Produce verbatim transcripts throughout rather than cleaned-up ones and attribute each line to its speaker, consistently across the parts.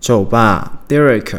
Speaker 1: 酒吧 Derek。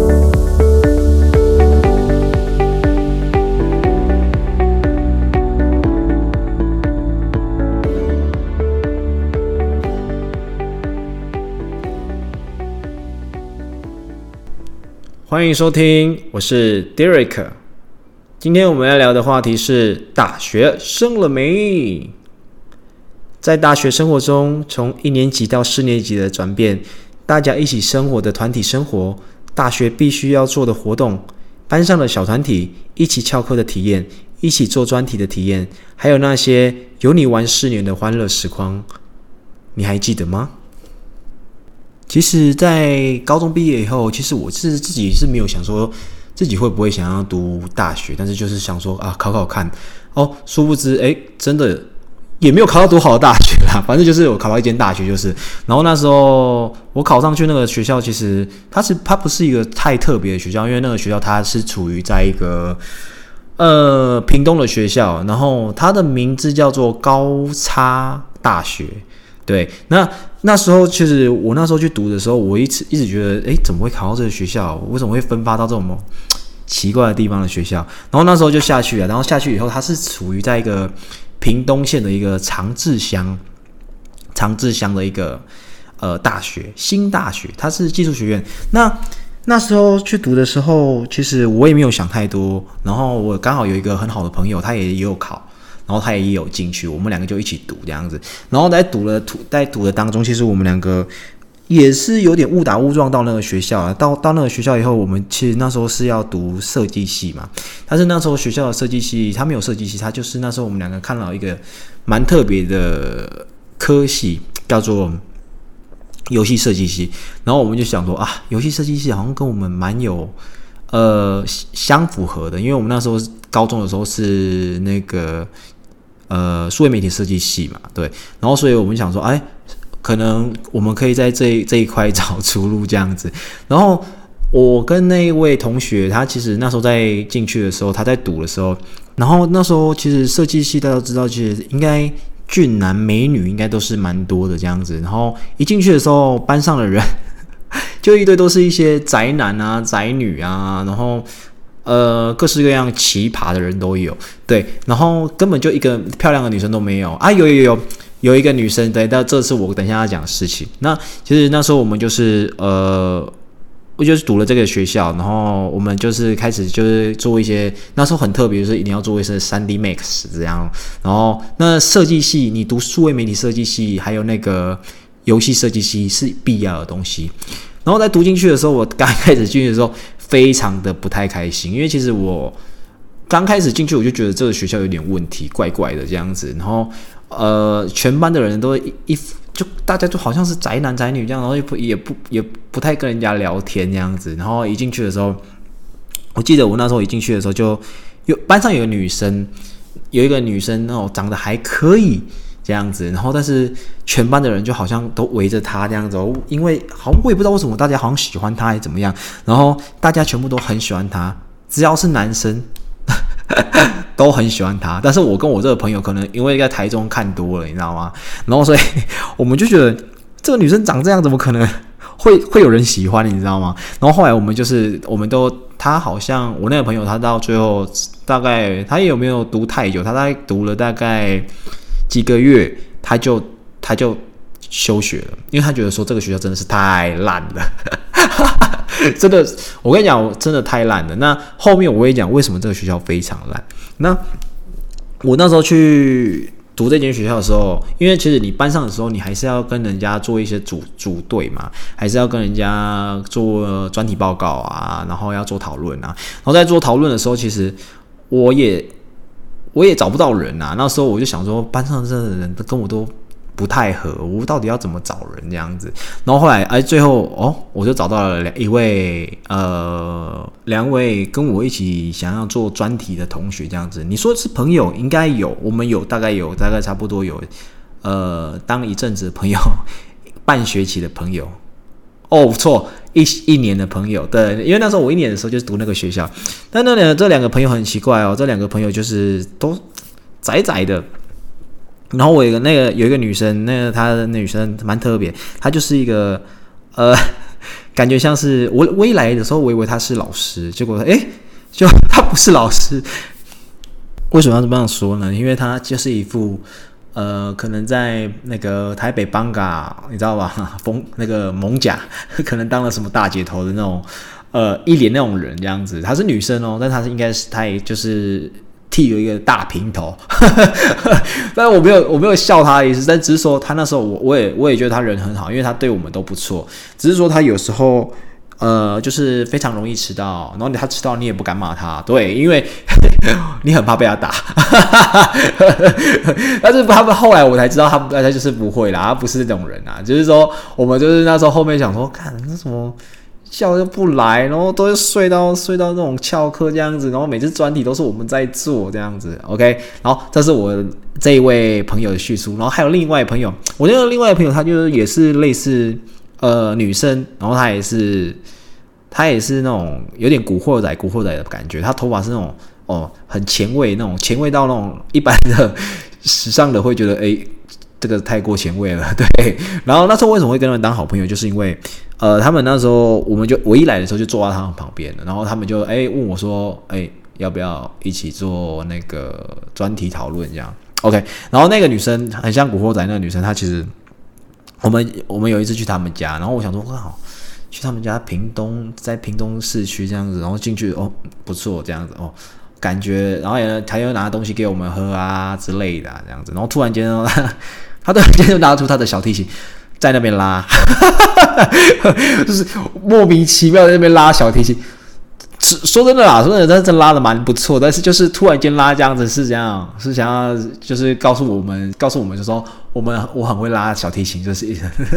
Speaker 1: 欢迎收听，我是 Derek。 今天我们要聊的话题是大学生了没。在大学生活中，从一年级到四年级的转变，大家一起生活的团体生活，大学必须要做的活动，班上的小团体，一起翘课的体验，一起做专题的体验，还有那些有你玩四年的欢乐时光，你还记得吗？其实在高中毕业以后，其实我是自己是没有想说自己会不会想要读大学，但是就是想说啊，考考看哦，殊不知哎，真的也没有考到多好的大学啦，反正就是有考到一间大学，就是，然后那时候我考上去那个学校，其实它是它不是一个太特别的学校，因为那个学校它是处于在一个呃屏东的学校，然后它的名字叫做高差大学。对，那那时候其实我那时候去读的时候，我一直一直觉得，哎，怎么会考到这个学校？为什么会分发到这种奇怪的地方的学校？然后那时候就下去了，然后下去以后，它是处于在一个屏东县的一个长治乡，长治乡的一个呃大学，新大学，它是技术学院。那那时候去读的时候，其实我也没有想太多，然后我刚好有一个很好的朋友，他也有考。然后他也有进去，我们两个就一起读这样子。然后在读的在读的当中，其实我们两个也是有点误打误撞到那个学校啊。到到那个学校以后，我们其实那时候是要读设计系嘛。但是那时候学校的设计系，他没有设计系，他就是那时候我们两个看到一个蛮特别的科系，叫做游戏设计系。然后我们就想说啊，游戏设计系好像跟我们蛮有呃相符合的，因为我们那时候高中的时候是那个。呃，数位媒体设计系嘛，对，然后所以我们想说，哎，可能我们可以在这这一块找出路这样子。然后我跟那一位同学，他其实那时候在进去的时候，他在读的时候，然后那时候其实设计系大家都知道，其实应该俊男美女应该都是蛮多的这样子。然后一进去的时候，班上的人就一堆都是一些宅男啊、宅女啊，然后。呃，各式各样奇葩的人都有，对，然后根本就一个漂亮的女生都没有啊！有有有有一个女生，对，但这是我等一下要讲的事情。那其实那时候我们就是呃，我就是读了这个学校，然后我们就是开始就是做一些那时候很特别，就是一定要做一些 三 D Max 这样。然后那设计系，你读数位媒体设计系，还有那个游戏设计系是必要的东西。然后在读进去的时候，我刚开始进去的时候。非常的不太开心，因为其实我刚开始进去我就觉得这个学校有点问题，怪怪的这样子。然后呃，全班的人都一一就大家就好像是宅男宅女这样，然后也不也不也不太跟人家聊天这样子。然后一进去的时候，我记得我那时候一进去的时候就有班上有个女生，有一个女生哦长得还可以。这样子，然后但是全班的人就好像都围着他这样子，因为好像我也不知道为什么大家好像喜欢他还是怎么样，然后大家全部都很喜欢他，只要是男生都很喜欢他。但是我跟我这个朋友可能因为在台中看多了，你知道吗？然后所以我们就觉得这个女生长这样怎么可能会会有人喜欢你知道吗？然后后来我们就是我们都他好像我那个朋友他到最后大概他也有没有读太久，他大概读了大概。几个月他就他就休学了，因为他觉得说这个学校真的是太烂了，真的，我跟你讲，真的太烂了。那后面我会讲为什么这个学校非常烂。那我那时候去读这间学校的时候，因为其实你班上的时候，你还是要跟人家做一些组组队嘛，还是要跟人家做专题报告啊，然后要做讨论啊。然后在做讨论的时候，其实我也。我也找不到人啊，那时候我就想说，班上这的人跟我都不太合，我到底要怎么找人这样子？然后后来，哎，最后哦，我就找到了一位呃，两位跟我一起想要做专题的同学这样子。你说是朋友，应该有，我们有大概有大概差不多有呃，当一阵子的朋友，半学期的朋友。哦，不错，一一年的朋友，对，因为那时候我一年的时候就是读那个学校，但那两这两个朋友很奇怪哦，这两个朋友就是都宅宅的，然后我有一个那个有一个女生，那个她的女生蛮特别，她就是一个呃感觉像是我我一来的时候，我以为他是老师，结果哎，就他不是老师。为什么要这样说呢？因为他就是一副呃，可能在那个台北邦嘎，你知道吧？逢那个蒙甲，可能当了什么大姐头的那种，呃，一脸那种人这样子。她是女生哦，但她是应该是她也就是剃了一个大平头，但我没有我没有笑她的意思，但只是说她那时候我我也我也觉得她人很好，因为她对我们都不错，只是说她有时候。呃，就是非常容易迟到，然后他迟到你也不敢骂他，对，因为你很怕被他打。但是他们后来我才知道他，他就是不会啦，他不是这种人啊。就是说，我们就是那时候后面想说，看那什么笑就不来，然后都会睡到睡到那种翘课这样子，然后每次专题都是我们在做这样子 ，OK。然后这是我这一位朋友的叙述，然后还有另外一位朋友，我那个另外一位朋友他就是也是类似。呃，女生，然后她也是，她也是那种有点古惑仔、古惑仔的感觉。她头发是那种哦，很前卫，那种前卫到那种一般的时尚的会觉得，哎，这个太过前卫了，对。然后那时候为什么会跟他们当好朋友，就是因为呃，他们那时候我们就我一来的时候就坐在他们旁边了，然后他们就哎问我说，哎，要不要一起做那个专题讨论这样 ？OK。然后那个女生很像古惑仔那个女生，她其实。我们我们有一次去他们家，然后我想说，哇，去他们家屏东，在屏东市区这样子，然后进去哦，不错这样子哦，感觉，然后也他又拿东西给我们喝啊之类的、啊、这样子，然后突然间呢，他突然间就拿出他的小提琴，在那边拉，就是莫名其妙在那边拉小提琴。说真的啦，说真的，真拉的蛮不错，但是就是突然间拉这样子是这样，是想要就是告诉我们，告诉我们就说我们我很会拉小提琴，就是，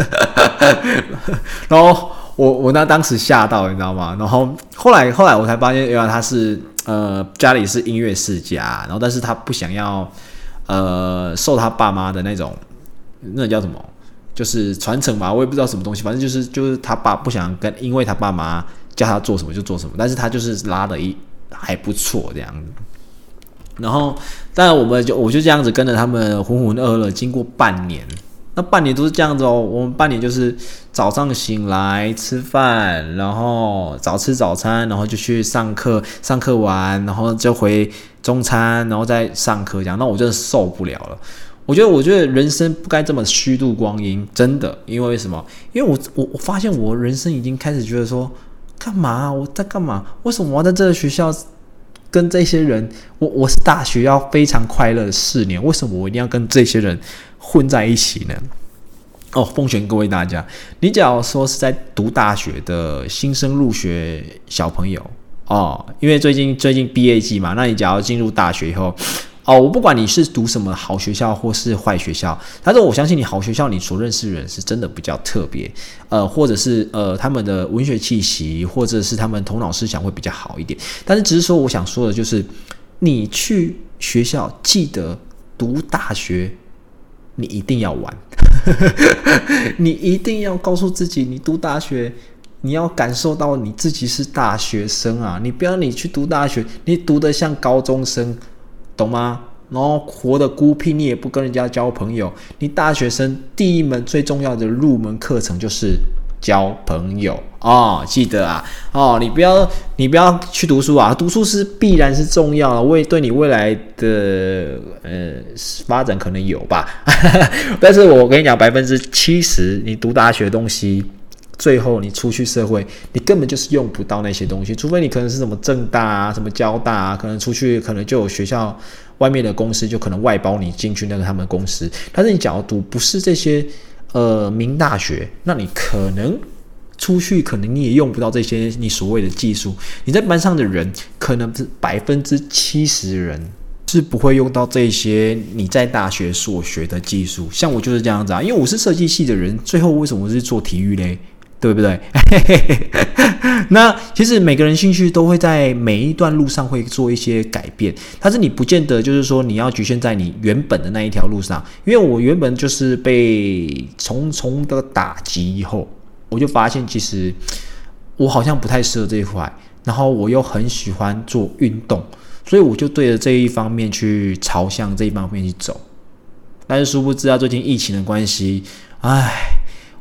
Speaker 1: 然后我我那当时吓到，你知道吗？然后后来后来我才发现，原来他是呃家里是音乐世家，然后但是他不想要呃受他爸妈的那种那叫什么，就是传承嘛，我也不知道什么东西，反正就是就是他爸不想跟，因为他爸妈。叫他做什么就做什么，但是他就是拉的一还不错这样子。然后，当然我们就我就这样子跟着他们浑浑噩噩，经过半年，那半年都是这样子哦。我们半年就是早上醒来吃饭，然后早吃早餐，然后就去上课，上课完，然后就回中餐，然后再上课这样。那我真的受不了了。我觉得，我觉得人生不该这么虚度光阴，真的。因为什么？因为我我我发现我人生已经开始觉得说。干嘛、啊？我在干嘛？为什么我要在这个学校跟这些人？我我是大学要非常快乐的四年，为什么我一定要跟这些人混在一起呢？哦，奉劝各位大家，你假如说是在读大学的新生入学小朋友哦，因为最近最近毕业季嘛，那你假如进入大学以后。哦，我不管你是读什么好学校或是坏学校，但是我相信你好学校你所认识的人是真的比较特别，呃，或者是呃他们的文学气息，或者是他们头脑思想会比较好一点。但是只是说我想说的就是，你去学校记得读大学，你一定要玩，你一定要告诉自己，你读大学。你要感受到你自己是大学生啊！你不要你去读大学，你读得像高中生。懂吗？然后活得孤僻，你也不跟人家交朋友。你大学生第一门最重要的入门课程就是交朋友哦，记得啊哦，你不要你不要去读书啊，读书是必然是重要的，为对你未来的呃发展可能有吧。但是我跟你讲，百分之七十你读大学的东西。最后你出去社会，你根本就是用不到那些东西，除非你可能是什么政大啊、什么交大啊，可能出去可能就有学校外面的公司就可能外包你进去那个他们的公司。但是你假如读不是这些呃名大学，那你可能出去可能你也用不到这些你所谓的技术。你在班上的人可能是百分之七十人是不会用到这些你在大学所学的技术。像我就是这样子啊，因为我是设计系的人，最后为什么我是做体育嘞？对不对？那其实每个人兴趣都会在每一段路上会做一些改变，但是你不见得就是说你要局限在你原本的那一条路上。因为我原本就是被重重的打击以后，我就发现其实我好像不太适合这一块，然后我又很喜欢做运动，所以我就对着这一方面去朝向这一方面去走。但是殊不知啊，最近疫情的关系，唉。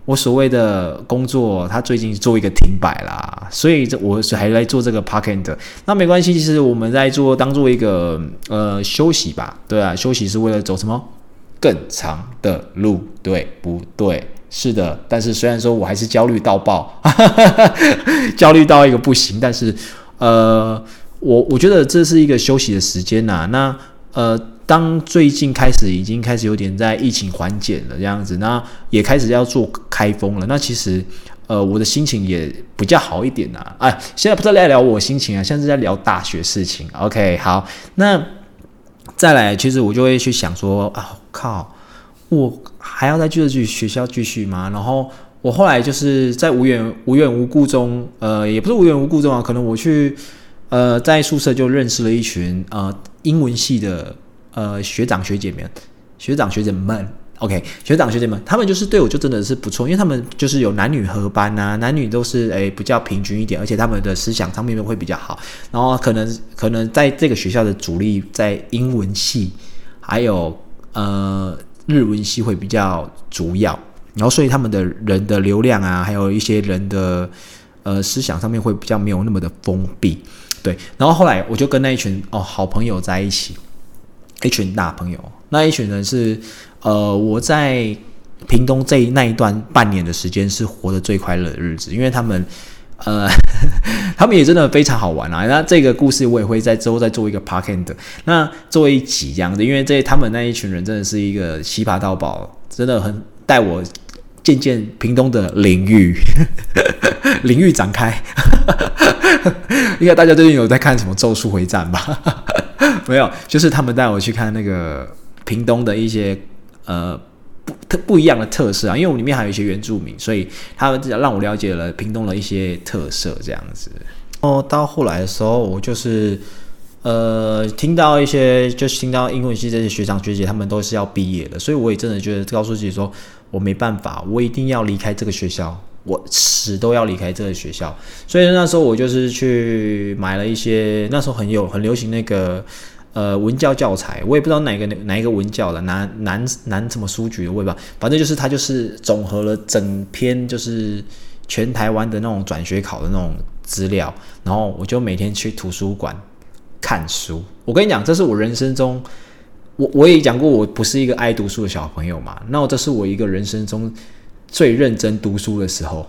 Speaker 1: 我所谓的工作，他最近做一个停摆啦，所以这我还来做这个 podcast。那没关系，其实我们在做当做一个呃休息吧，对啊，休息是为了走什么更长的路，对不对？是的，但是虽然说我还是焦虑到爆，焦虑到一个不行，但是呃，我我觉得这是一个休息的时间呐、啊。那呃。当最近开始已经开始有点在疫情缓解了这样子，那也开始要做开封了。那其实，呃，我的心情也比较好一点啊。哎，现在不是在聊我心情啊，现在是在聊大学事情。OK， 好，那再来，其实我就会去想说，啊，靠，我还要再继续学校继续吗？然后我后来就是在无缘无缘无故中，呃，也不是无缘无故中啊，可能我去呃在宿舍就认识了一群呃英文系的。呃，学长学姐们，学长学姐们 ，OK， 学长学姐们，他们就是对我就真的是不错，因为他们就是有男女合班啊，男女都是诶比较平均一点，而且他们的思想上面会比较好，然后可能可能在这个学校的主力在英文系，还有呃日文系会比较主要，然后所以他们的人的流量啊，还有一些人的呃思想上面会比较没有那么的封闭，对，然后后来我就跟那一群哦好朋友在一起。一群大朋友，那一群人是，呃，我在屏东这那一段半年的时间是活得最快乐的日子，因为他们，呃，他们也真的非常好玩啊。那这个故事我也会在之后再做一个 podcast， 那做一集这样子，因为这他们那一群人真的是一个奇葩到爆，真的很带我渐渐屏东的领域，领域展开。应该大家最近有在看什么《咒术回战》吧？没有，就是他们带我去看那个屏东的一些呃不特不一样的特色啊，因为我里面还有一些原住民，所以他们让我了解了屏东的一些特色这样子。哦，到后来的时候，我就是呃听到一些，就是听到英文系这些学长学姐他们都是要毕业的，所以我也真的觉得告诉自己说，我没办法，我一定要离开这个学校。我死都要离开这个学校，所以那时候我就是去买了一些，那时候很有很流行那个呃文教教材，我也不知道哪个哪一个文教的，南南南什么书局的，我也不知道，反正就是它就是总和了整篇就是全台湾的那种转学考的那种资料，然后我就每天去图书馆看书。我跟你讲，这是我人生中，我我也讲过，我不是一个爱读书的小朋友嘛，那这是我一个人生中。最认真读书的时候，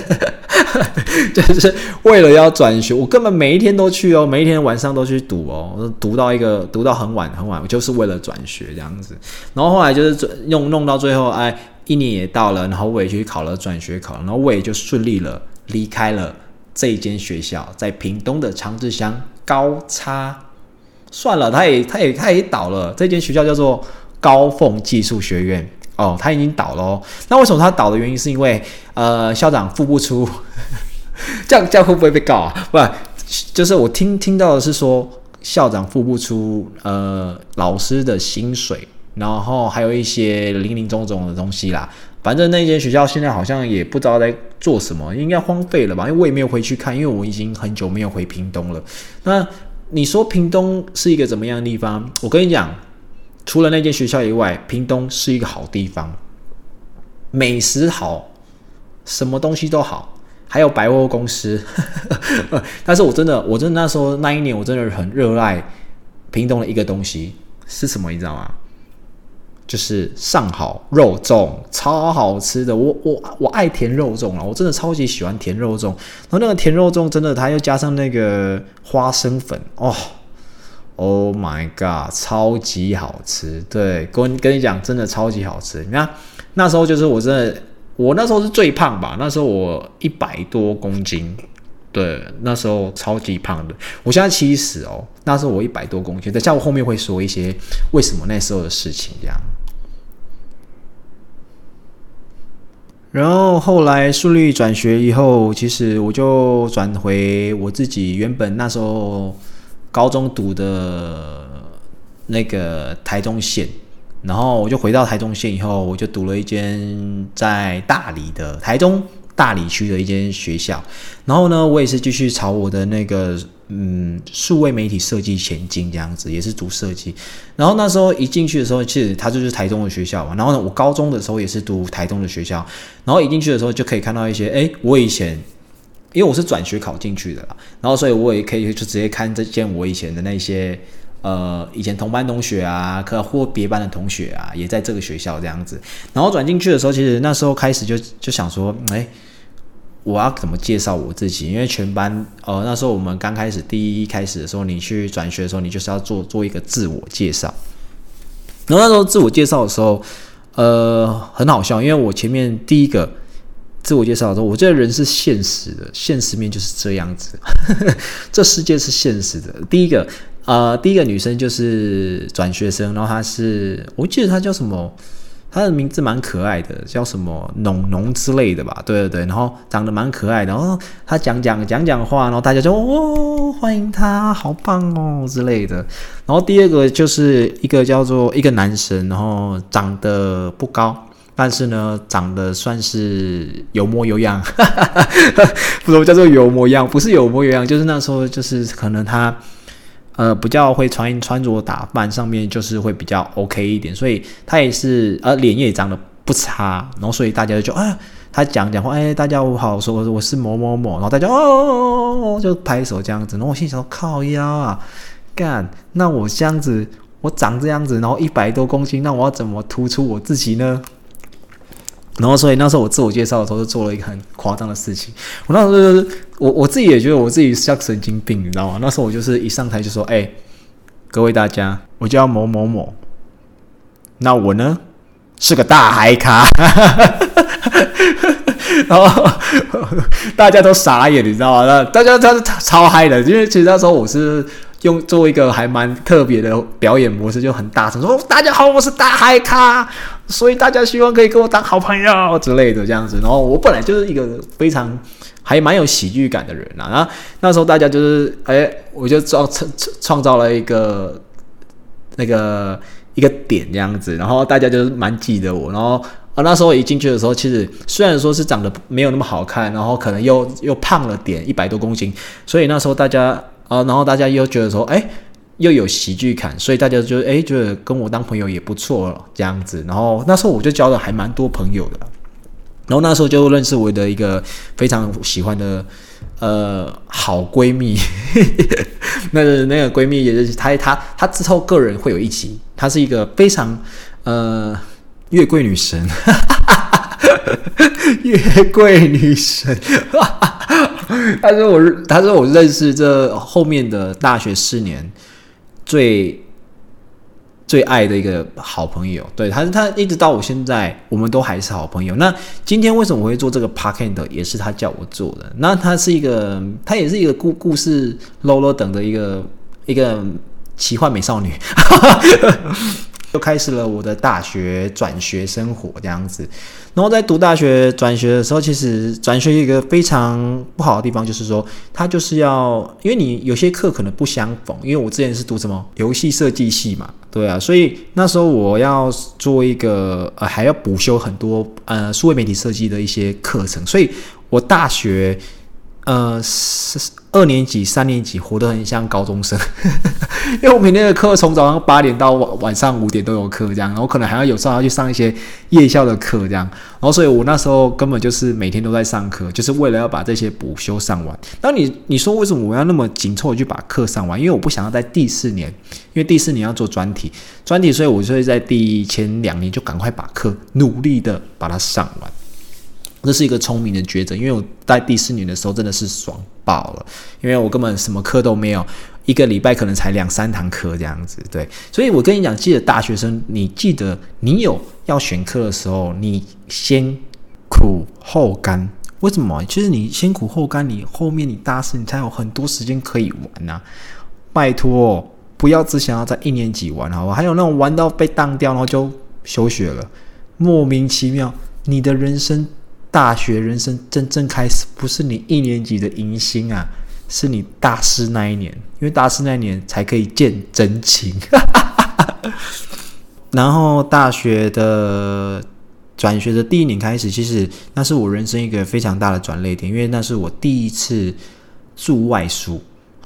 Speaker 1: 就是为了要转学，我根本每一天都去哦，每一天晚上都去读哦，读到一个读到很晚很晚，就是为了转学这样子。然后后来就是弄弄到最后，哎，一年也到了，然后我也去考了转学考，然后我也就顺利了离开了这一间学校，在屏东的长治乡高差。算了，他也他也他也倒了，这间学校叫做高凤技术学院。哦，他已经倒了哦。那为什么他倒的原因是因为呃校长付不出，这样这样会不会被告啊？不，就是我听听到的是说校长付不出呃老师的薪水，然后还有一些零零总总的东西啦。反正那间学校现在好像也不知道在做什么，应该荒废了吧？因为我也没有回去看，因为我已经很久没有回屏东了。那你说屏东是一个怎么样的地方？我跟你讲。除了那间学校以外，屏东是一个好地方，美食好，什么东西都好，还有百货公司。但是我真的，我真的那时候那一年，我真的很热爱屏东的一个东西是什么？你知道吗？就是上好肉粽，超好吃的。我我我爱甜肉粽啊，我真的超级喜欢甜肉粽。然后那个甜肉粽真的，它又加上那个花生粉哦。Oh my god， 超级好吃！对，跟跟你讲，真的超级好吃。你看那时候就是我真的，我那时候是最胖吧，那时候我一百多公斤，对，那时候超级胖的。我现在七十哦，那时候我一百多公斤。等下我后面会说一些为什么那时候的事情这样。然后后来顺利转学以后，其实我就转回我自己原本那时候。高中读的那个台中县，然后我就回到台中县以后，我就读了一间在大理的台中大理区的一间学校。然后呢，我也是继续朝我的那个嗯数位媒体设计前进这样子，也是读设计。然后那时候一进去的时候，其实它就是台中的学校嘛。然后呢，我高中的时候也是读台中的学校。然后一进去的时候就可以看到一些，哎，我以前因为我是转学考进去的啦，然后所以我也可以就直接看这件我以前的那些呃以前同班同学啊，或别班的同学啊，也在这个学校这样子。然后转进去的时候，其实那时候开始就就想说，哎。我要怎么介绍我自己？因为全班，呃，那时候我们刚开始第一开始的时候，你去转学的时候，你就是要做做一个自我介绍。然后那时候自我介绍的时候，呃，很好笑，因为我前面第一个自我介绍的时候，我这个人是现实的，现实面就是这样子，这世界是现实的。第一个，呃，第一个女生就是转学生，然后她是，我记得她叫什么？他的名字蛮可爱的，叫什么农农之类的吧？对对对，然后长得蛮可爱的，然后他讲讲讲讲话，然后大家就哦欢迎他，好棒哦之类的。然后第二个就是一个叫做一个男生，然后长得不高，但是呢长得算是有模有样，不是叫做有模有样，不是有模有样，就是那时候就是可能他。呃，比较会穿穿着打扮上面就是会比较 OK 一点，所以他也是呃脸也长得不差，然后所以大家就啊，他讲讲话，哎，大家好，我说我是某某某，然后大家哦就拍手这样子，然后我心想说靠腰啊，干，那我这样子，我长这样子，然后一百多公斤，那我要怎么突出我自己呢？然后，所以那时候我自我介绍的时候，就做了一个很夸张的事情。我那时候就是，我我自己也觉得我自己像神经病，你知道吗？那时候我就是一上台就说：“哎、欸，各位大家，我叫某某某，那我呢是个大嗨咖。”然后大家都傻眼，你知道吗？大家都超嗨的，因为其实那时候我是。用做一个还蛮特别的表演模式，就很大声说：“大家好，我是大嗨咖，所以大家希望可以跟我当好朋友之类的这样子。”然后我本来就是一个非常还蛮有喜剧感的人啊。然后那时候大家就是哎，我就创创造了一个那个一个点这样子，然后大家就是蛮记得我。然后啊，那时候一进去的时候，其实虽然说是长得没有那么好看，然后可能又又胖了点，一百多公斤，所以那时候大家。啊，然后大家又觉得说，哎，又有喜剧感，所以大家就哎觉得跟我当朋友也不错了，这样子。然后那时候我就交了还蛮多朋友的，然后那时候就认识我的一个非常喜欢的呃好闺蜜，那个那个闺蜜也是她她她之后个人会有一期，她是一个非常呃月桂女神，月桂女神。他是我，他是我认识这后面的大学四年最最爱的一个好朋友。对，他他一直到我现在，我们都还是好朋友。那今天为什么我会做这个 podcast， 也是他叫我做的。那他是一个，他也是一个故故事 low low 等的一个一个奇幻美少女。就开始了我的大学转学生活这样子，然后在读大学转学的时候，其实转学有一个非常不好的地方，就是说它就是要，因为你有些课可能不相逢，因为我之前是读什么游戏设计系嘛，对啊，所以那时候我要做一个呃，还要补修很多呃数位媒体设计的一些课程，所以我大学。呃，二年级、三年级活得很像高中生，因为我每天的课从早上八点到晚上五点都有课这样，然后可能还要有时候要去上一些夜校的课这样，然后所以我那时候根本就是每天都在上课，就是为了要把这些补修上完。那你你说为什么我要那么紧凑的去把课上完？因为我不想要在第四年，因为第四年要做专题，专题，所以我就会在第前两年就赶快把课努力的把它上完。这是一个聪明的抉择，因为我在第四年的时候真的是爽爆了，因为我根本什么课都没有，一个礼拜可能才两三堂课这样子，对，所以我跟你讲，记得大学生，你记得你有要选课的时候，你先苦后甘，为什么？就是你先苦后甘，你后面你大四你才有很多时间可以玩啊，拜托，不要只想要在一年级玩，好吧？还有那种玩到被当掉，然后就休学了，莫名其妙，你的人生。大学人生真正开始，不是你一年级的迎新啊，是你大四那一年，因为大四那一年才可以见真情。然后大学的转学的第一年开始，其实那是我人生一个非常大的转捩点，因为那是我第一次住外宿。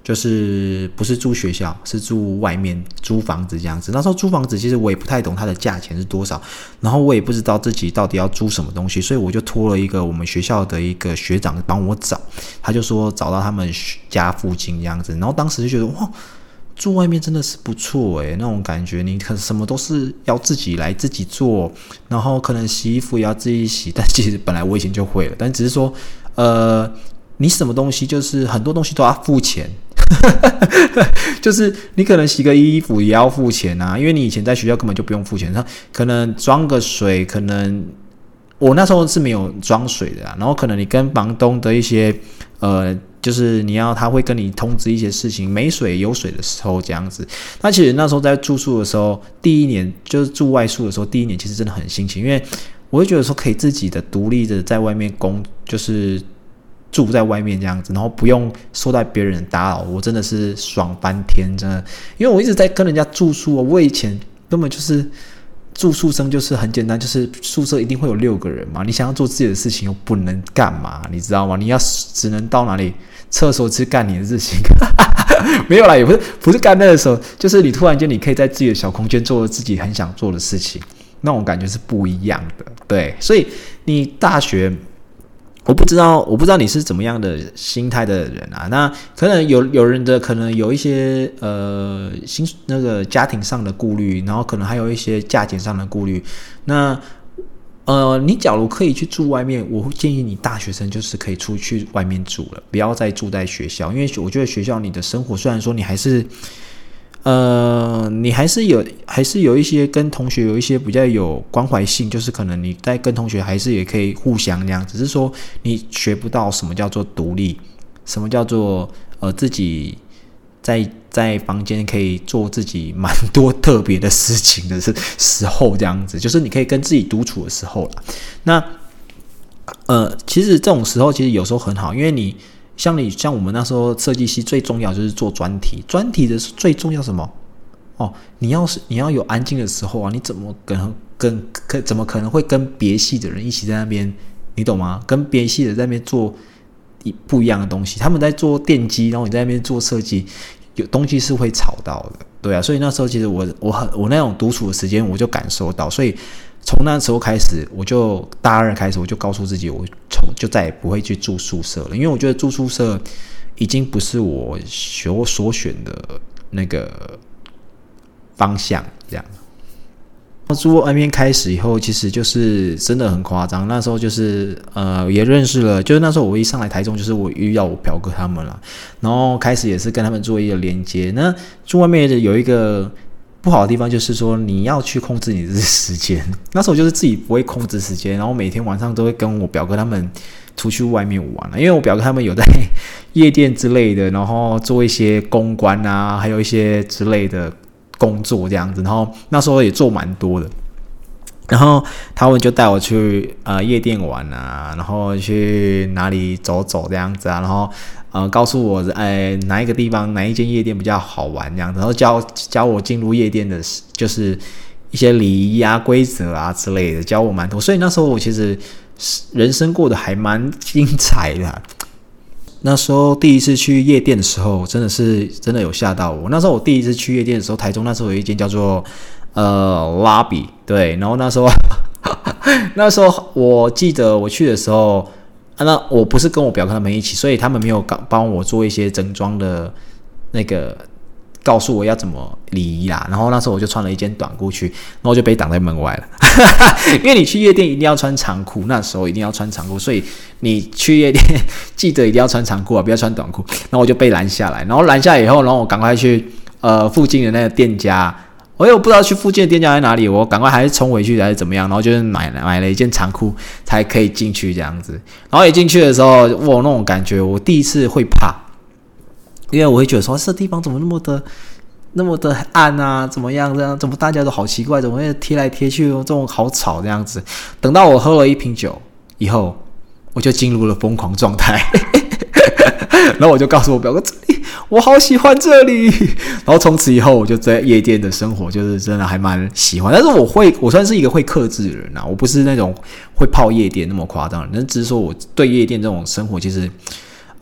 Speaker 1: 就是不是住学校，是住外面租房子这样子。那时候租房子其实我也不太懂它的价钱是多少，然后我也不知道自己到底要租什么东西，所以我就托了一个我们学校的一个学长帮我找，他就说找到他们家附近这样子，然后当时就觉得哇，住外面真的是不错诶，那种感觉，你可什么都是要自己来自己做，然后可能洗衣服也要自己洗，但其实本来我以前就会了，但只是说呃。你什么东西就是很多东西都要付钱就是你可能洗个衣服也要付钱啊，因为你以前在学校根本就不用付钱，可能装个水，可能我那时候是没有装水的啊，然后可能你跟房东的一些呃，就是你要他会跟你通知一些事情，没水有水的时候这样子。那其实那时候在住宿的时候，第一年就是住外宿的时候，第一年其实真的很新奇，因为我会觉得说可以自己的独立的在外面工，就是住在外面这样子，然后不用受到别人打扰，我真的是爽翻天，真的。因为我一直在跟人家住宿，我以前根本就是住宿生，就是很简单，就是宿舍一定会有六个人嘛，你想要做自己的事情又不能干嘛，你知道吗？你要只能到哪里厕所去干你的事情没有啦，也不是不是干那个时候，就是你突然间你可以在自己的小空间做自己很想做的事情，那种感觉是不一样的。对，所以你大学我不知道，我不知道你是怎么样的心态的人啊？那可能有有人的可能有一些呃心那个家庭上的顾虑，然后可能还有一些价钱上的顾虑。那呃，你假如可以去住外面，我会建议你大学生就是可以出去外面住了，不要再住在学校，因为我觉得学校你的生活虽然说你还是。呃，你还是有，还是有一些跟同学有一些比较有关怀性，就是可能你在跟同学还是也可以互相这样，只是说你学不到什么叫做独立，什么叫做呃自己在在房间可以做自己蛮多特别的事情的时候，这样子，就是你可以跟自己独处的时候啦。那呃，其实这种时候其实有时候很好，因为你。像你像我们那时候设计系最重要就是做专题，专题的最重要什么？哦，你要是你要有安静的时候啊，你怎么跟跟跟怎么可能会跟别系的人一起在那边？你懂吗？跟别系的在那边做不一样的东西，他们在做电机，然后你在那边做设计，有东西是会吵到的，对啊。所以那时候其实我我很我那种独处的时间我就感受到，所以。从那时候开始，我就大二开始，我就告诉自己，我从就再也不会去住宿舍了，因为我觉得住宿舍已经不是我所选的那个方向。这样，住外面开始以后，其实就是真的很夸张。那时候就是呃，也认识了，就是那时候我一上来台中，就是我遇到我表哥他们了，然后开始也是跟他们做一个连接。那住外面有一个。不好的地方就是说你要去控制你的时间，那时候就是自己不会控制时间，然后每天晚上都会跟我表哥他们出去外面玩，因为我表哥他们有在夜店之类的，然后做一些公关啊，还有一些之类的工作这样子，然后那时候也做蛮多的。然后他们就带我去呃夜店玩啊，然后去哪里走走这样子啊，然后呃告诉我哎哪一个地方哪一间夜店比较好玩这样子，然后教教我进入夜店的就是一些礼仪啊规则啊之类的，教我蛮多。所以那时候我其实人生过得还蛮精彩的啊。那时候第一次去夜店的时候，真的是真的有吓到我。那时候我第一次去夜店的时候，台中那时候有一间叫做呃 Lobby， 对，然后那时候那时候我记得我去的时候，啊、那我不是跟我表哥他们一起，所以他们没有帮我做一些整装的那个。告诉我要怎么礼仪啦，然后那时候我就穿了一件短裤去，然后就被挡在门外了。因为你去夜店一定要穿长裤，那时候一定要穿长裤，所以你去夜店记得一定要穿长裤啊，不要穿短裤。然后我就被拦下来，然后拦下来以后，然后我赶快去呃附近的那个店家，我又不知道去附近的店家在哪里，我赶快还是冲回去还是怎么样，然后就是买买了一件长裤才可以进去这样子。然后一进去的时候，哇，那种感觉，我第一次会怕。因为我会觉得说，这地方怎么那么的、那么的暗啊？怎么样？这样怎么大家都好奇怪？怎么会贴来贴去？这种好吵这样子。等到我喝了一瓶酒以后，我就进入了疯狂状态。然后我就告诉我表哥，这里我好喜欢这里。然后从此以后，我就在夜店的生活就是真的还蛮喜欢。但是我会，我算是一个会克制的人啊，我不是那种会泡夜店那么夸张的人。只是说我对夜店这种生活其实。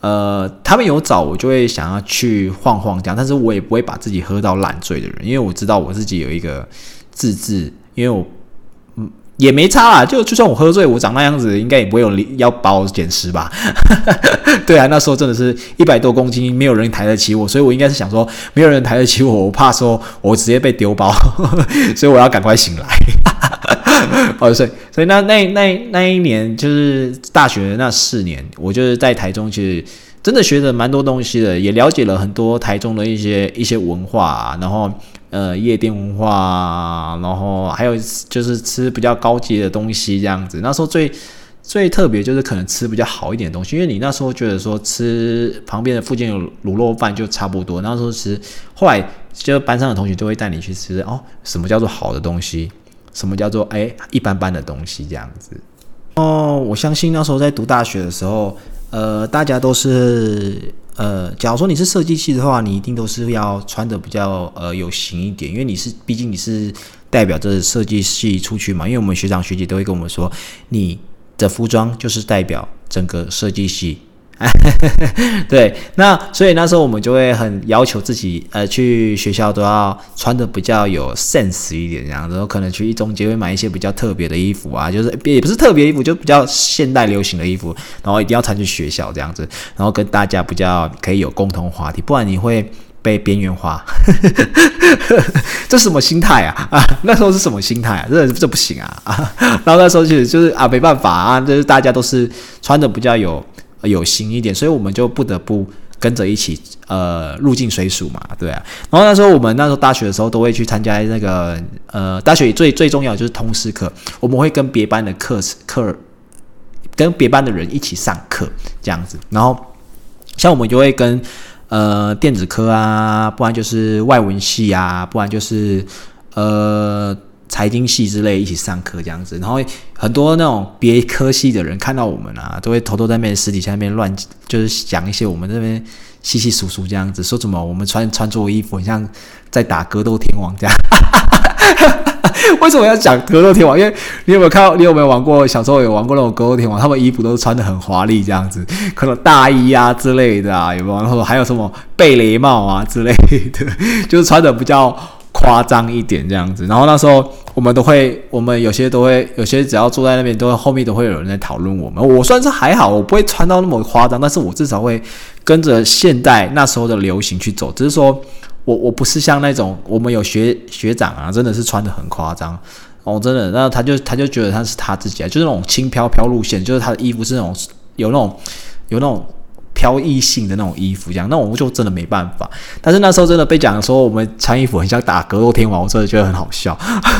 Speaker 1: 呃，他们有找我就会想要去晃晃这样，但是我也不会把自己喝到烂醉的人，因为我知道我自己有一个自制，因为我嗯也没差啦，就就算我喝醉，我长那样子，应该也不会有人要把我捡尸吧？对啊，那时候真的是一百多公斤，没有人抬得起我，所以我应该是想说，没有人抬得起我，我怕说我直接被丢包，所以我要赶快醒来。哦，所以所以那那那那一年就是大学的那四年，我就是在台中，其实真的学了蛮多东西的，也了解了很多台中的一些一些文化、啊，然后呃夜店文化、啊，然后还有就是吃比较高级的东西这样子。那时候最最特别就是可能吃比较好一点的东西，因为你那时候觉得说吃旁边的附近有卤肉饭就差不多，那时候吃，后来就班上的同学就会带你去吃哦，什么叫做好的东西。什么叫做哎一般般的东西这样子哦？我相信那时候在读大学的时候，呃，大家都是呃，假如说你是设计系的话，你一定都是要穿的比较呃有型一点，因为你是毕竟你是代表着设计系出去嘛。因为我们学长学姐都会跟我们说，你的服装就是代表整个设计系。对，那所以那时候我们就会很要求自己，呃，去学校都要穿的比较有 sense 一点，这样子，然后可能去一中街会买一些比较特别的衣服啊，就是也不是特别衣服，就比较现代流行的衣服，然后一定要穿去学校这样子，然后跟大家比较可以有共同话题，不然你会被边缘化。这是什么心态啊？啊，那时候是什么心态啊？这这不行啊！啊，然后那时候其实就是啊，没办法啊，就是大家都是穿的比较有。有型一点，所以我们就不得不跟着一起呃入境水属嘛，对啊。然后那时候我们那时候大学的时候都会去参加那个呃大学最最重要的就是通识课，我们会跟别班的课课跟别班的人一起上课这样子。然后像我们就会跟呃电子科啊，不然就是外文系啊，不然就是呃。财经系之类一起上课这样子，然后很多那种别科系的人看到我们啊，都会偷偷在那边私底下那边乱，就是讲一些我们这边稀稀疏疏这样子，说什么我们穿穿着衣服很像在打格斗天王这样。为什么要讲格斗天王？因为你有没有看到？你有没有玩过？小时候有玩过那种格斗天王？他们衣服都穿得很华丽，这样子，可能大衣啊之类的啊，有没有？然后还有什么贝雷帽啊之类的，就是穿得比较夸张一点这样子。然后那时候我们都会，我们有些都会，有些只要坐在那边，都会后面都会有人在讨论我们。我算是还好，我不会穿到那么夸张，但是我至少会跟着现代那时候的流行去走，只是说。我我不是像那种我们有学学长啊，真的是穿得很夸张哦，真的，那他就他就觉得他是他自己啊，就是那种轻飘飘路线，就是他的衣服是那种有那种有那种飘逸性的那种衣服，这样，那我就真的没办法。但是那时候真的被讲说我们穿衣服很像打格斗天王，我真的觉得很好笑，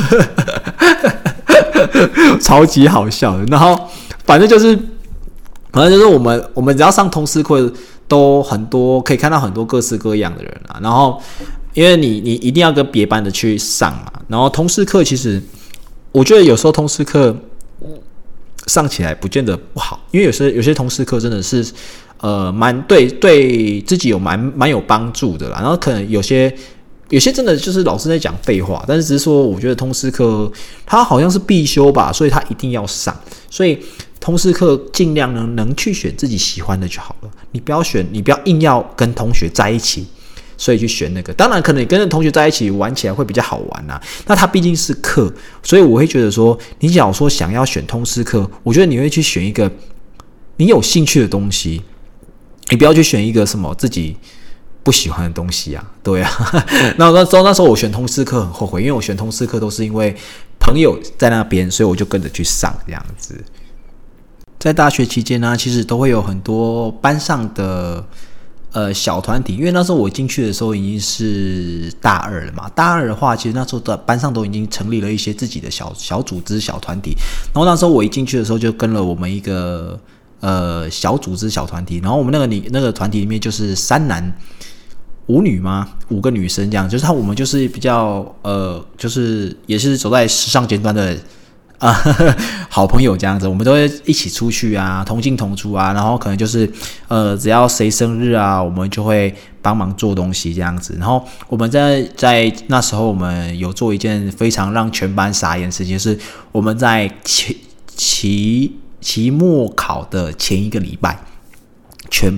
Speaker 1: 超级好笑的。然后反正就是，反正就是我们我们只要上通识课。都很多可以看到很多各式各样的人啊，然后因为你你一定要跟别班的去上嘛，然后通识课其实我觉得有时候通识课上起来不见得不好，因为有些有些通识课真的是呃蛮对对自己有蛮蛮有帮助的啦，然后可能有些有些真的就是老师在讲废话，但是只是说我觉得通识课它好像是必修吧，所以它一定要上，所以。通识课尽量能能去选自己喜欢的就好了，你不要选，你不要硬要跟同学在一起，所以去选那个。当然，可能你跟着同学在一起玩起来会比较好玩啊。那它毕竟是课，所以我会觉得说，你假如说想要选通识课，我觉得你会去选一个你有兴趣的东西，你不要去选一个什么自己不喜欢的东西啊。对啊，那那时候那时候我选通识课很后悔，因为我选通识课都是因为朋友在那边，所以我就跟着去上这样子。在大学期间呢，其实都会有很多班上的呃小团体，因为那时候我进去的时候已经是大二了嘛。大二的话，其实那时候的班上都已经成立了一些自己的小小组织、小团体。然后那时候我一进去的时候，就跟了我们一个呃小组织、小团体。然后我们那个你那个团体里面就是三男五女吗？五个女生这样，就是他我们就是比较呃，就是也是走在时尚尖端的。啊，好朋友这样子，我们都会一起出去啊，同进同出啊，然后可能就是呃，只要谁生日啊，我们就会帮忙做东西这样子。然后我们在在那时候，我们有做一件非常让全班傻眼的事情，就是我们在期期期末考的前一个礼拜，全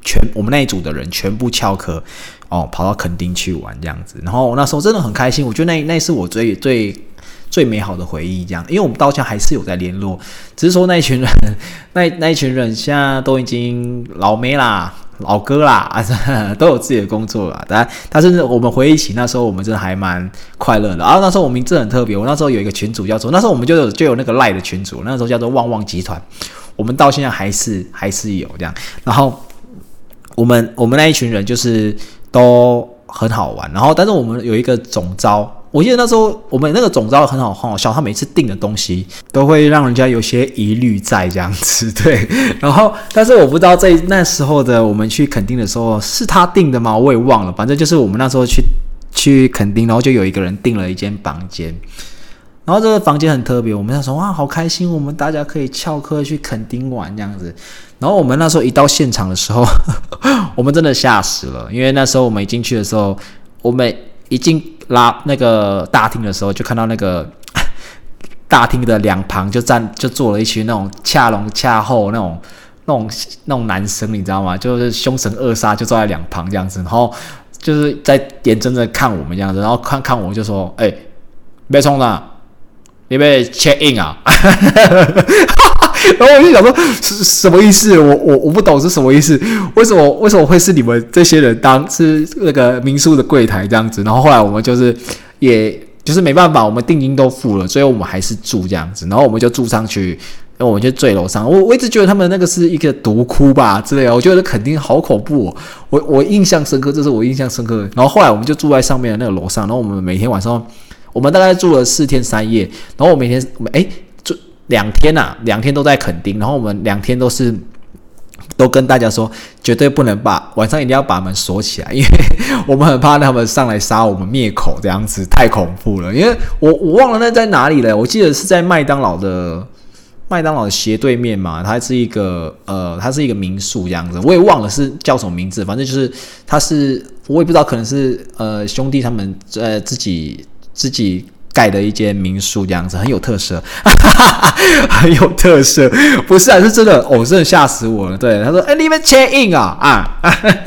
Speaker 1: 全我们那一组的人全部翘课哦，跑到垦丁去玩这样子。然后那时候真的很开心，我觉得那那是我最最最美好的回忆这样。因为我们到现在还是有在联络，只是说那一群人那那一群人现在都已经老妹啦。老哥啦，啊，都有自己的工作啦。但但是我们回忆起那时候，我们真的还蛮快乐的。然后那时候我名字很特别，我那时候有一个群组叫做，那时候我们就有就有那个 LINE 的群组，那时候叫做旺旺集团。我们到现在还是还是有这样。然后我们我们那一群人就是都很好玩。然后但是我们有一个总招。我记得那时候我们那个总招很好很好笑，他每次订的东西都会让人家有些疑虑在这样子，对。然后，但是我不知道在那时候的我们去垦丁的时候是他订的吗？我也忘了。反正就是我们那时候去去垦丁，然后就有一个人订了一间房间，然后这个房间很特别，我们那时候哇好开心，我们大家可以翘课去垦丁玩这样子。然后我们那时候一到现场的时候，我们真的吓死了，因为那时候我们一进去的时候，我们一进拉那个大厅的时候，就看到那个大厅的两旁就站就坐了一群那种恰龙恰后那种那种那种男生，你知道吗？就是凶神恶煞就坐在两旁这样子，然后就是在眼睁睁看我们这样子，然后看看我就说：“哎、欸，别冲了，你被 check in 啊！”然后我就想说是什么意思？我我我不懂是什么意思？为什么为什么会是你们这些人当是那个民宿的柜台这样子？然后后来我们就是也就是没办法，我们定金都付了，所以我们还是住这样子。然后我们就住上去，然后我们就坠楼上。我我一直觉得他们那个是一个毒窟吧之类的，我觉得肯定好恐怖哦。我我印象深刻，这是我印象深刻的。然后后来我们就住在上面的那个楼上，然后我们每天晚上我们大概住了四天三夜，然后我每天我们哎。两天啊，两天都在垦丁，然后我们两天都是都跟大家说，绝对不能把晚上一定要把门锁起来，因为我们很怕他们上来杀我们灭口这样子，太恐怖了。因为我我忘了那在哪里了，我记得是在麦当劳的麦当劳的斜对面嘛，它是一个呃，它是一个民宿这样子，我也忘了是叫什么名字，反正就是它是我也不知道，可能是呃兄弟他们呃自己自己。盖的一间民宿这样子很有特色，很有特色，不是啊，是真的，哦，真的吓死我了。对，他说：“哎、欸，你们 check in 啊啊！”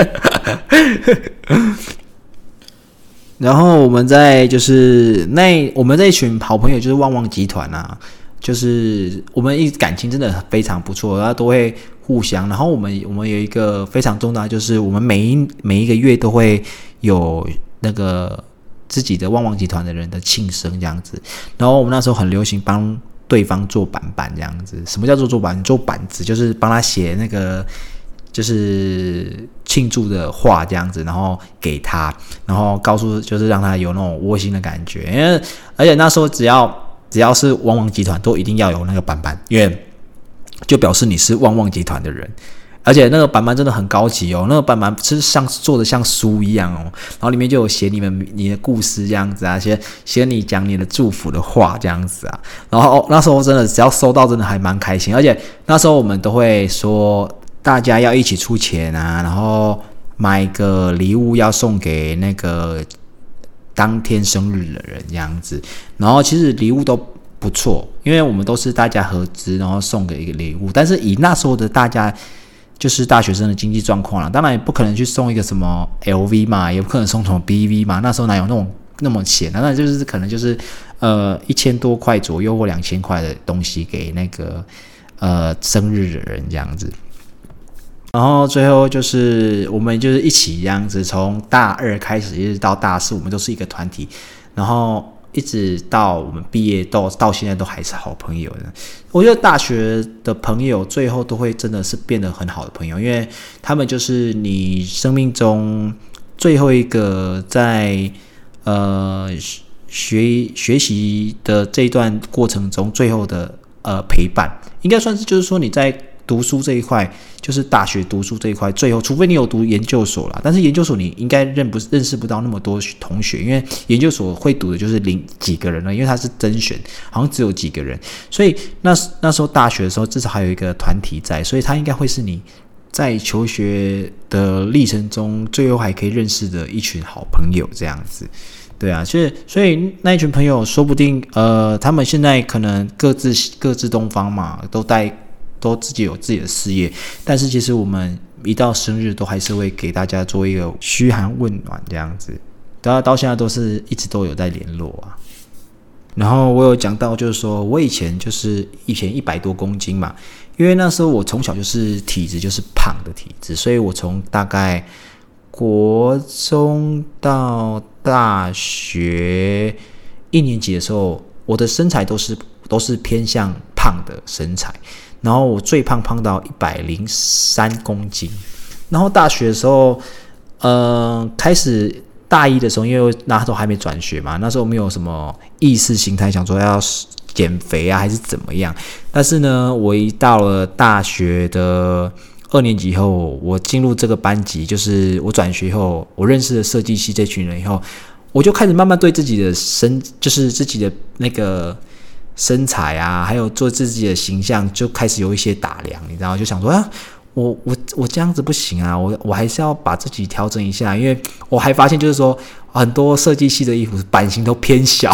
Speaker 1: 然后我们在就是那我们这一群好朋友就是旺旺集团啊，就是我们一感情真的非常不错，然后都会互相。然后我们我们有一个非常重大，就是我们每一每一个月都会有那个。自己的旺旺集团的人的庆生这样子，然后我们那时候很流行帮对方做板板这样子。什么叫做做板？做板子就是帮他写那个就是庆祝的话这样子，然后给他，然后告诉就是让他有那种窝心的感觉。因为而且那时候只要只要是旺旺集团都一定要有那个板板，因为就表示你是旺旺集团的人。而且那个板板真的很高级哦，那个板板是像做的像书一样哦，然后里面就有写你们你的故事这样子啊，写写你讲你的祝福的话这样子啊，然后、哦、那时候真的只要收到真的还蛮开心，而且那时候我们都会说大家要一起出钱啊，然后买个礼物要送给那个当天生日的人这样子，然后其实礼物都不错，因为我们都是大家合资，然后送给一个礼物，但是以那时候的大家。就是大学生的经济状况啦，当然也不可能去送一个什么 L V 嘛，也不可能送什么 B V 嘛，那时候哪有那种那么钱啊？那就是可能就是呃一千多块左右或两千块的东西给那个呃生日的人这样子。然后最后就是我们就是一起这样子，从大二开始一直到大四，我们都是一个团体，然后。一直到我们毕业到到现在都还是好朋友的。我觉得大学的朋友最后都会真的是变得很好的朋友，因为他们就是你生命中最后一个在呃学学习的这一段过程中最后的呃陪伴，应该算是就是说你在。读书这一块就是大学读书这一块，最后除非你有读研究所啦，但是研究所你应该认不认识不到那么多同学，因为研究所会读的就是零几个人了，因为它是甄选，好像只有几个人，所以那那时候大学的时候至少还有一个团体在，所以它应该会是你在求学的历程中最后还可以认识的一群好朋友这样子。对啊，所以所以那一群朋友说不定呃，他们现在可能各自各自东方嘛，都带。都自己有自己的事业，但是其实我们一到生日都还是会给大家做一个嘘寒问暖这样子，到到现在都是一直都有在联络啊。然后我有讲到，就是说我以前就是以前一百多公斤嘛，因为那时候我从小就是体质就是胖的体质，所以我从大概国中到大学一年级的时候，我的身材都是都是偏向胖的身材，然后我最胖胖到一百零三公斤，然后大学的时候，呃，开始。大一的时候，因为那时候还没转学嘛，那时候没有什么意识形态，想说要减肥啊，还是怎么样。但是呢，我一到了大学的二年级以后，我进入这个班级，就是我转学以后，我认识了设计系这群人以后，我就开始慢慢对自己的身，就是自己的那个身材啊，还有做自己的形象，就开始有一些打量，你知道，就想说啊。我我我这样子不行啊！我我还是要把自己调整一下，因为我还发现就是说，很多设计系的衣服版型都偏小，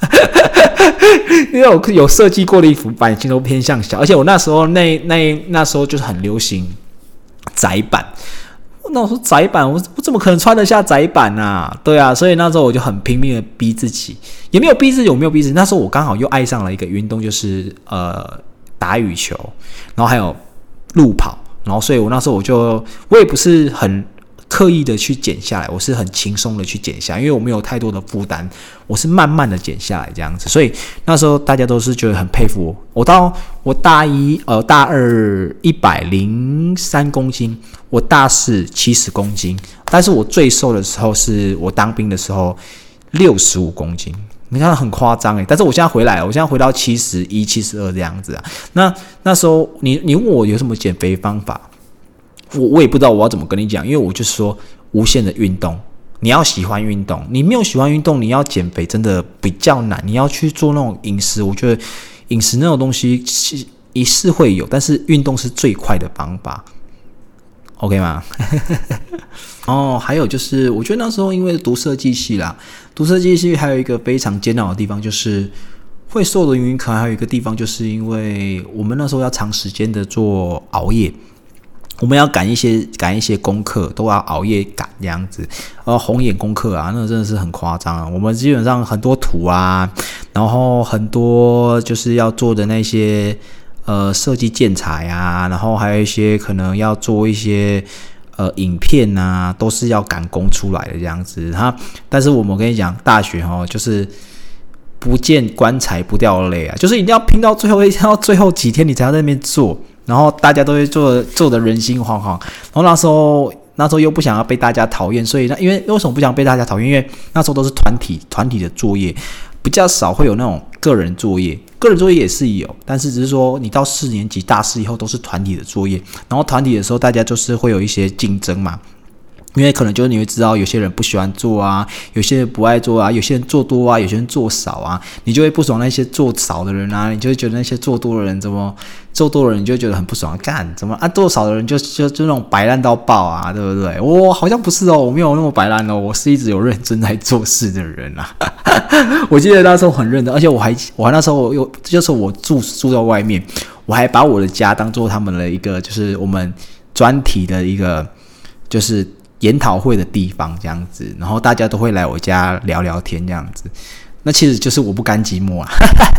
Speaker 1: 因为我有设计过的衣服版型都偏向小，而且我那时候那那那时候就是很流行窄版。那我说窄版，我我怎么可能穿得下窄版啊？对啊，所以那时候我就很拼命的逼自己，也没有逼自己，我没有逼自己。那时候我刚好又爱上了一个运动，就是呃打羽球，然后还有路跑。然后，所以我那时候我就，我也不是很刻意的去减下来，我是很轻松的去减下，因为我没有太多的负担，我是慢慢的减下来这样子。所以那时候大家都是觉得很佩服我。我到我大一呃大二一百零三公斤，我大四七十公斤，但是我最瘦的时候是我当兵的时候六十五公斤。你看很夸张诶，但是我现在回来了，我现在回到七十一、七十二这样子啊。那那时候你你问我有什么减肥方法，我我也不知道我要怎么跟你讲，因为我就是说无限的运动，你要喜欢运动，你没有喜欢运动，你要减肥真的比较难。你要去做那种饮食，我觉得饮食那种东西是一是会有，但是运动是最快的方法。OK 吗？哦，还有就是，我觉得那时候因为读设计系啦，读设计系还有一个非常煎熬的地方，就是会瘦的原因，可能还有一个地方，就是因为我们那时候要长时间的做熬夜，我们要赶一些赶一些功课，都要熬夜赶这样子，呃，红眼功课啊，那个真的是很夸张啊。我们基本上很多图啊，然后很多就是要做的那些。呃，设计建材啊，然后还有一些可能要做一些呃影片啊，都是要赶工出来的这样子哈。但是我们跟你讲，大学哦，就是不见棺材不掉泪啊，就是一定要拼到最后，一定要最后几天你才要在那边做，然后大家都会做做的人心惶惶。然后那时候那时候又不想要被大家讨厌，所以那因为为什么不想被大家讨厌？因为那时候都是团体团体的作业。比较少会有那种个人作业，个人作业也是有，但是只是说你到四年级大四以后都是团体的作业，然后团体的时候大家就是会有一些竞争嘛，因为可能就是你会知道有些人不喜欢做啊，有些人不爱做啊，有些人做多啊，有些人做少啊，你就会不爽那些做少的人啊，你就会觉得那些做多的人怎么做多的人你就会觉得很不爽，干怎么啊做少的人就就就那种摆烂到爆啊，对不对？我好像不是哦，我没有那么摆烂哦，我是一直有认真在做事的人啊。我记得那时候很认真，而且我还我还那时候有就是我住住在外面，我还把我的家当做他们的一个就是我们专题的一个就是研讨会的地方这样子，然后大家都会来我家聊聊天这样子。那其实就是我不甘寂寞啊，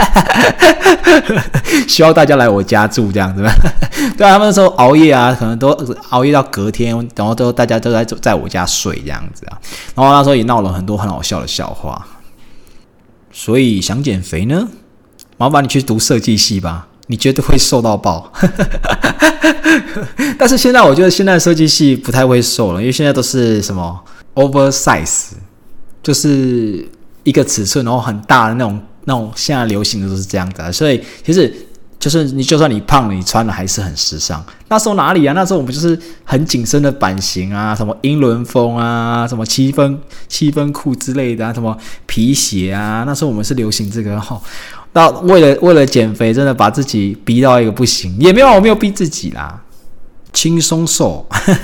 Speaker 1: 需要大家来我家住这样子。对啊，他们那时候熬夜啊，可能都熬夜到隔天，然后都大家都在在我家睡这样子啊。然后那时候也闹了很多很好笑的笑话。所以想减肥呢，麻烦你去读设计系吧，你绝对会瘦到爆。但是现在我觉得现在的设计系不太会瘦了，因为现在都是什么 oversize， 就是一个尺寸然后很大的那种那种现在流行的都是这样子、啊、所以其实就是你就算你胖了你穿了还是很时尚。那时候哪里啊，那时候我们就是很紧身的版型啊，什么英伦风啊，什么七分七分裤之类的啊，什么皮鞋啊，那时候我们是流行这个齁。那为了为了减肥真的把自己逼到一个不行，也没有我没有逼自己啦，轻松瘦。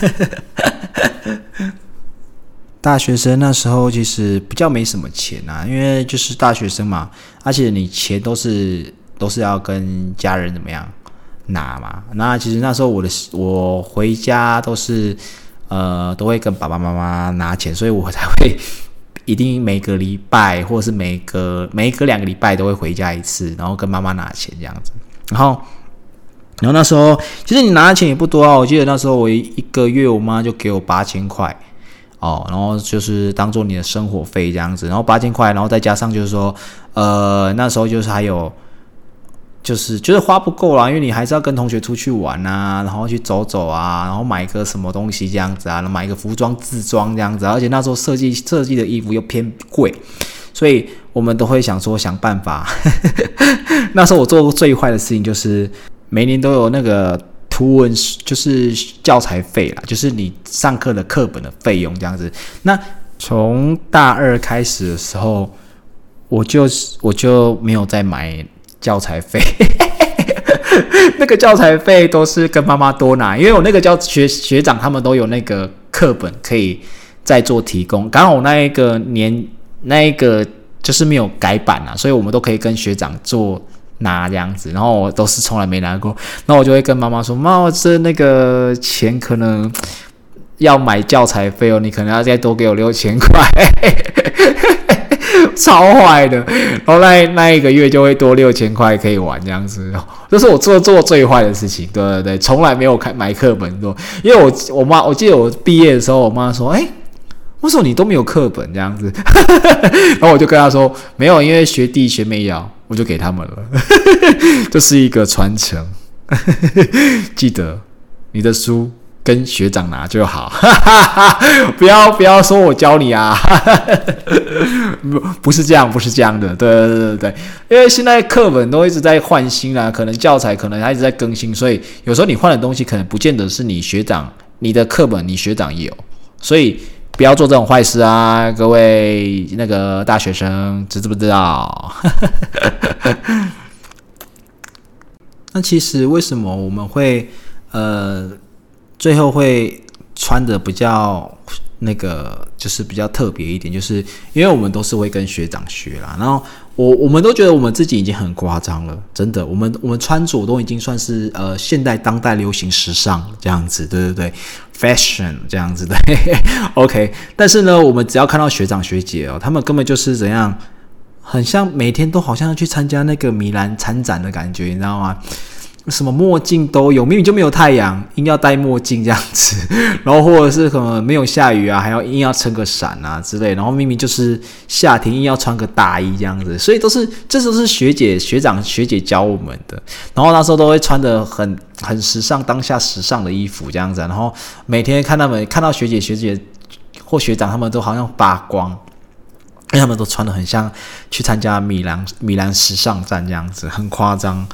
Speaker 1: 大学生那时候其实比较没什么钱啊，因为就是大学生嘛，而且你钱都是都是要跟家人怎么样拿嘛。那其实那时候我的我回家都是呃都会跟爸爸妈妈拿钱，所以我才会一定每个礼拜或者是每个每隔两个礼拜都会回家一次，然后跟妈妈拿钱这样子。然后然后那时候其实你拿的钱也不多啊，我记得那时候我一个月我妈就给我八千块。哦，然后就是当做你的生活费这样子，然后八千块，然后再加上就是说，呃，那时候就是还有，就是就是花不够啦，因为你还是要跟同学出去玩啊，然后去走走啊，然后买个什么东西这样子啊，买个服装自装这样子、啊，而且那时候设计设计的衣服又偏贵，所以我们都会想说想办法。那时候我做过最坏的事情就是每年都有那个。图文就是教材费啦，就是你上课的课本的费用这样子。那从大二开始的时候，我就我就没有再买教材费，那个教材费都是跟妈妈多拿，因为我那个教学学长他们都有那个课本可以再做提供，刚好我那一个年那一个就是没有改版啊，所以我们都可以跟学长做。拿这样子，然后我都是从来没拿过，然后我就会跟妈妈说：“妈，我这那个钱可能要买教材费哦，你可能要再多给我六千块。”超坏的，然后那那一个月就会多六千块可以玩这样子，这是我做做最坏的事情。对对对，从来没有买课本过，因为我我妈，我记得我毕业的时候，我妈说：“哎、欸。”为什么你都没有课本这样子？然后我就跟他说没有，因为学弟学妹要，我就给他们了。这是一个传承，记得你的书跟学长拿就好，不要不要说我教你啊，不是这样，不是这样的，对对对对，因为现在课本都一直在换新啦，可能教材可能还一直在更新，所以有时候你换的东西可能不见得是你学长，你的课本你学长也有，所以。不要做这种坏事啊，各位那个大学生，知不知道？那其实为什么我们会呃最后会穿的比较那个就是比较特别一点，就是因为我们都是会跟学长学啦，然后我我们都觉得我们自己已经很夸张了，真的，我们我们穿着都已经算是呃现代当代流行时尚这样子，对对对 ，fashion 这样子的，OK。但是呢，我们只要看到学长学姐哦，他们根本就是怎样，很像每天都好像要去参加那个米兰参展的感觉，你知道吗？什么墨镜都有，明明就没有太阳，硬要戴墨镜这样子，然后或者是可能没有下雨啊，还要硬要撑个伞啊之类，然后明明就是夏天硬要穿个大衣这样子，所以都是这都是学姐学长学姐教我们的，然后那时候都会穿得很很时尚，当下时尚的衣服这样子，然后每天看他们看到学姐学姐或学长他们都好像发光。因为他们都穿得很像去参加米兰米兰时尚站这样子，很夸张。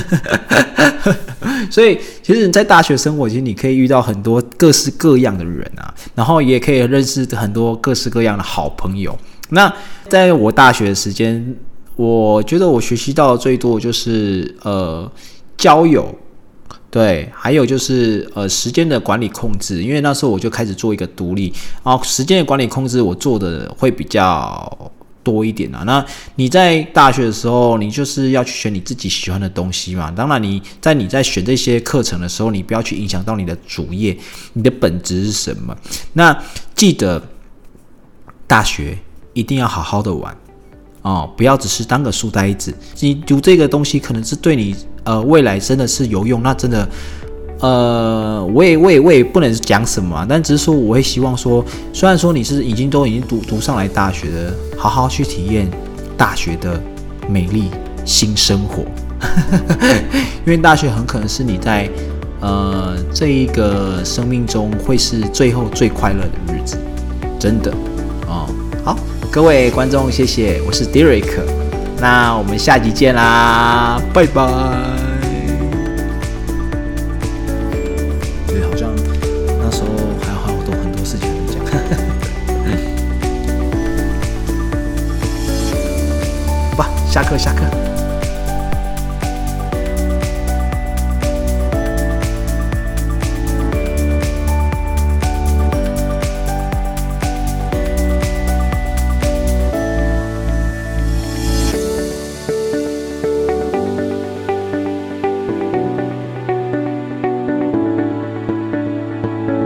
Speaker 1: 所以其实你在大学生活，其实你可以遇到很多各式各样的人啊，然后也可以认识很多各式各样的好朋友。那在我大学的时间，我觉得我学习到的最多就是呃交友。对，还有就是呃时间的管理控制，因为那时候我就开始做一个独立，然后时间的管理控制我做的会比较多一点啊。那你在大学的时候，你就是要去选你自己喜欢的东西嘛。当然你在你在选这些课程的时候，你不要去影响到你的主业，你的本质是什么？那记得大学一定要好好的玩。哦，不要只是当个书呆子，你读这个东西可能是对你呃未来真的是有用，那真的呃我也我也我也不能讲什么、啊，但只是说我会希望说，虽然说你是已经都已经读读上来大学的，好好去体验大学的美丽新生活，因为大学很可能是你在呃这一个生命中会是最后最快乐的日子，真的哦。好，各位观众，谢谢，我是 Derek， 那我们下集见啦，拜拜。对，好像那时候还有好多很多事情要讲。吧，下课下课。